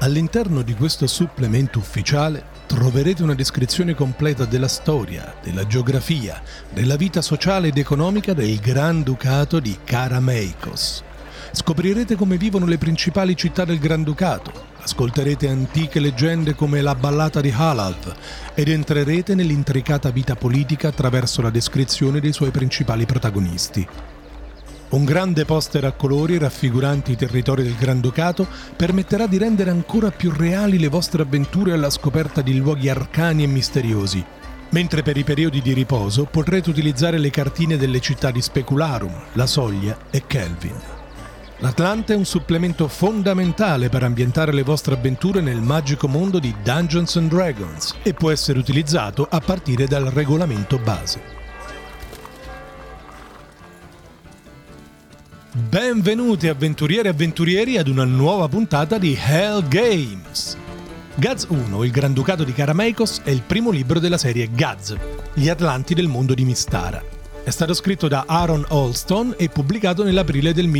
All'interno di questo supplemento ufficiale troverete una descrizione completa della storia, della geografia, della vita sociale ed economica del Granducato di Karameikos. Scoprirete come vivono le principali città del Granducato, ascolterete antiche leggende come la ballata di Halav ed entrerete nell'intricata vita politica attraverso la descrizione dei suoi principali protagonisti. Un grande poster a colori raffiguranti i territori del Granducato permetterà di rendere ancora più reali le vostre avventure alla scoperta di luoghi arcani e misteriosi, mentre per i periodi di riposo potrete utilizzare le cartine delle città di Specularum, La Soglia e Kelvin. L'Atlante è un supplemento fondamentale per ambientare le vostre avventure nel magico mondo di Dungeons & Dragons e può essere utilizzato a partire dal regolamento base. Benvenuti avventuriere e avventurieri ad una nuova puntata di Hell Games. Gaz 1, il Granducato di Karameikos, è il primo libro della serie Gaz, gli Atlanti del mondo di Mystara. È stato scritto da Aaron Allston e pubblicato nell'aprile del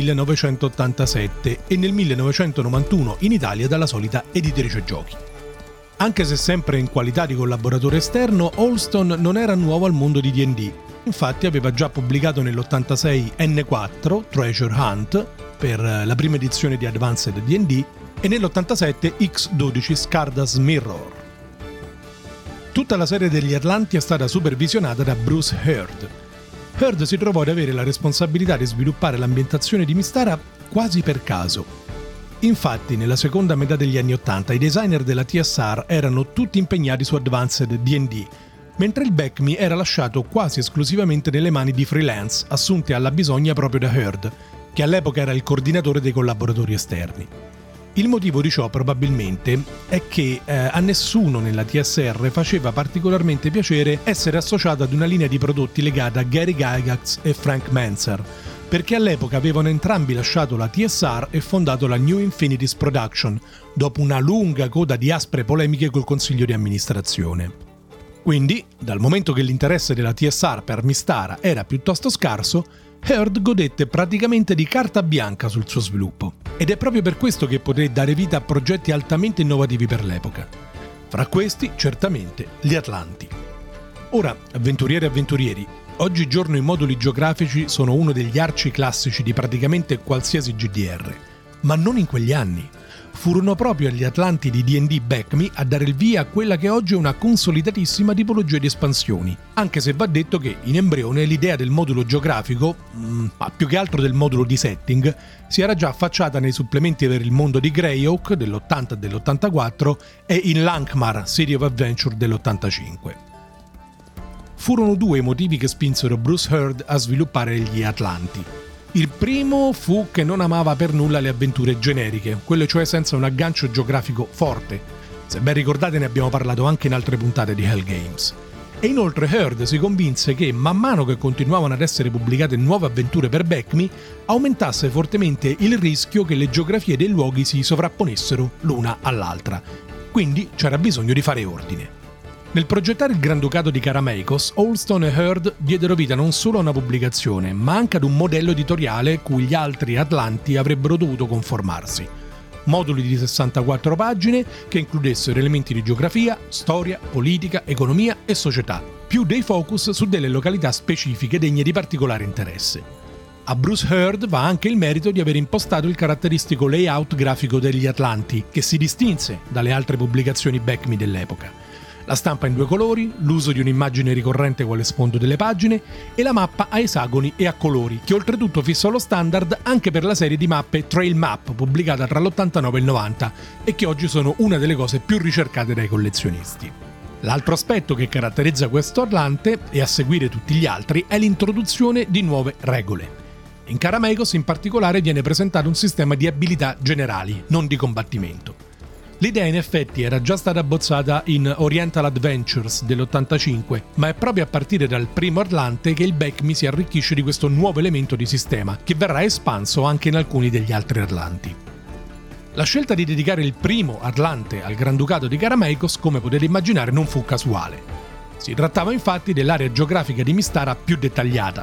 1987 e nel 1991 in Italia dalla solita editrice giochi. Anche se sempre in qualità di collaboratore esterno, Allston non era nuovo al mondo di D&D. Infatti aveva già pubblicato nell'86 N4, Treasure Hunt, per la prima edizione di Advanced D&D, e nell'87 X12 Stardust Mirror. Tutta la serie degli Atlanti è stata supervisionata da Bruce Hurd. Hurd si trovò ad avere la responsabilità di sviluppare l'ambientazione di Mystara quasi per caso. Infatti, nella seconda metà degli anni 80 i designer della TSR erano tutti impegnati su Advanced D&D, mentre il BECMI era lasciato quasi esclusivamente nelle mani di freelance assunti alla bisogna proprio da Hurd, che all'epoca era il coordinatore dei collaboratori esterni. Il motivo di ciò probabilmente è che a nessuno nella TSR faceva particolarmente piacere essere associato ad una linea di prodotti legata a Gary Gygax e Frank Manser, perché all'epoca avevano entrambi lasciato la TSR e fondato la New Infinities Production, dopo una lunga coda di aspre polemiche col consiglio di amministrazione. Quindi, dal momento che l'interesse della TSR per Mystara era piuttosto scarso, Hurd godette praticamente di carta bianca sul suo sviluppo, ed è proprio per questo che poté dare vita a progetti altamente innovativi per l'epoca. Fra questi, certamente, gli Atlanti. Ora, avventurieri e avventurieri, oggigiorno i moduli geografici sono uno degli arci classici di praticamente qualsiasi GDR, ma non in quegli anni. Furono proprio gli Atlanti di D&D BECMI a dare il via a quella che oggi è una consolidatissima tipologia di espansioni, anche se va detto che in embrione l'idea del modulo geografico, ma più che altro del modulo di setting, si era già affacciata nei supplementi per il mondo di Greyhawk dell'80 e dell'84 e in Lankhmar City of Adventure dell'85. Furono due i motivi che spinsero Bruce Hurd a sviluppare gli Atlanti. Il primo fu che non amava per nulla le avventure generiche, quelle cioè senza un aggancio geografico forte. Se ben ricordate ne abbiamo parlato anche in altre puntate di Hell Games. E inoltre Hurd si convinse che man mano che continuavano ad essere pubblicate nuove avventure per BECMI, aumentasse fortemente il rischio che le geografie dei luoghi si sovrapponessero l'una all'altra. Quindi c'era bisogno di fare ordine. Nel progettare il Granducato di Karameikos, Allston e Hurd diedero vita non solo a una pubblicazione, ma anche ad un modello editoriale cui gli altri Atlanti avrebbero dovuto conformarsi. Moduli di 64 pagine che includessero elementi di geografia, storia, politica, economia e società, più dei focus su delle località specifiche degne di particolare interesse. A Bruce Hurd va anche il merito di aver impostato il caratteristico layout grafico degli Atlanti, che si distinse dalle altre pubblicazioni BECMI dell'epoca. La stampa in due colori, l'uso di un'immagine ricorrente quale sfondo delle pagine e la mappa a esagoni e a colori, che oltretutto fissò lo standard anche per la serie di mappe Trail Map pubblicata tra l'89 e il 90 e che oggi sono una delle cose più ricercate dai collezionisti. L'altro aspetto che caratterizza questo Atlante, e a seguire tutti gli altri, è l'introduzione di nuove regole. In Karameikos in particolare viene presentato un sistema di abilità generali, non di combattimento. L'idea in effetti era già stata abbozzata in Oriental Adventures dell'85, ma è proprio a partire dal primo Atlante che il BECMI si arricchisce di questo nuovo elemento di sistema, che verrà espanso anche in alcuni degli altri Atlanti. La scelta di dedicare il primo Atlante al Granducato di Karameikos, come potete immaginare, non fu casuale. Si trattava infatti dell'area geografica di Mystara più dettagliata.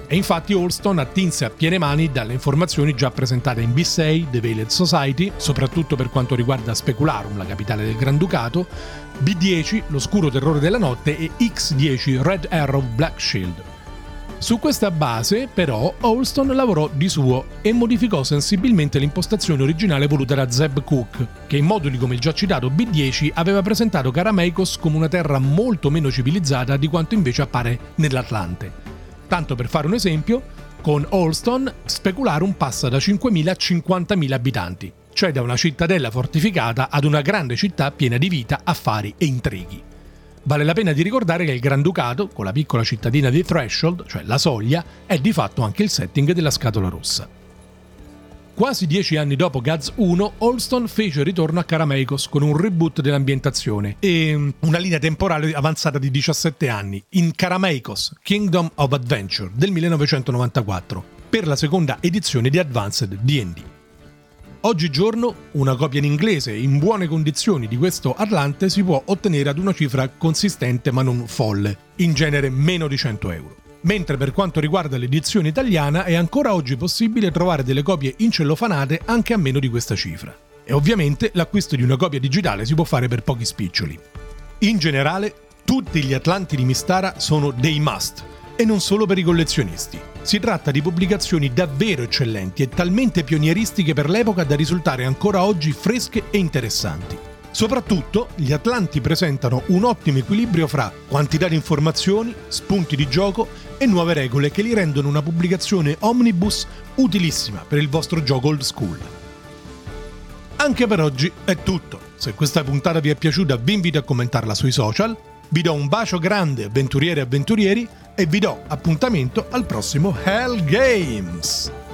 E infatti Allston attinse a piene mani dalle informazioni già presentate in B6, The Veiled Society, soprattutto per quanto riguarda Specularum, la capitale del Granducato, B10, L'oscuro terrore della notte e X10, Red Arrow Black Shield. Su questa base, però, Allston lavorò di suo e modificò sensibilmente l'impostazione originale voluta da Zeb Cook, che in moduli come il già citato B10 aveva presentato Karameikos come una terra molto meno civilizzata di quanto invece appare nell'Atlante. Tanto per fare un esempio, con Allston Specularum passa da 5.000 a 50.000 abitanti, cioè da una cittadella fortificata ad una grande città piena di vita, affari e intrighi. Vale la pena di ricordare che il Granducato, con la piccola cittadina di Threshold, cioè la soglia, è di fatto anche il setting della Scatola Rossa. Quasi 10 anni dopo Gads 1, Allston fece ritorno a Karameikos con un reboot dell'ambientazione e una linea temporale avanzata di 17 anni, in Karameikos Kingdom of Adventure del 1994, per la seconda edizione di Advanced D&D. Oggigiorno una copia in inglese in buone condizioni di questo Atlante si può ottenere ad una cifra consistente ma non folle, in genere meno di 100 euro. Mentre per quanto riguarda l'edizione italiana è ancora oggi possibile trovare delle copie incellofanate anche a meno di questa cifra. E ovviamente l'acquisto di una copia digitale si può fare per pochi spiccioli. In generale, tutti gli Atlanti di Mystara sono dei must, e non solo per i collezionisti. Si tratta di pubblicazioni davvero eccellenti e talmente pionieristiche per l'epoca da risultare ancora oggi fresche e interessanti. Soprattutto, gli Atlanti presentano un ottimo equilibrio fra quantità di informazioni, spunti di gioco e nuove regole che li rendono una pubblicazione omnibus utilissima per il vostro gioco old school. Anche per oggi è tutto. Se questa puntata vi è piaciuta vi invito a commentarla sui social, vi do un bacio grande avventuriere e avventurieri e vi do appuntamento al prossimo Hell Games!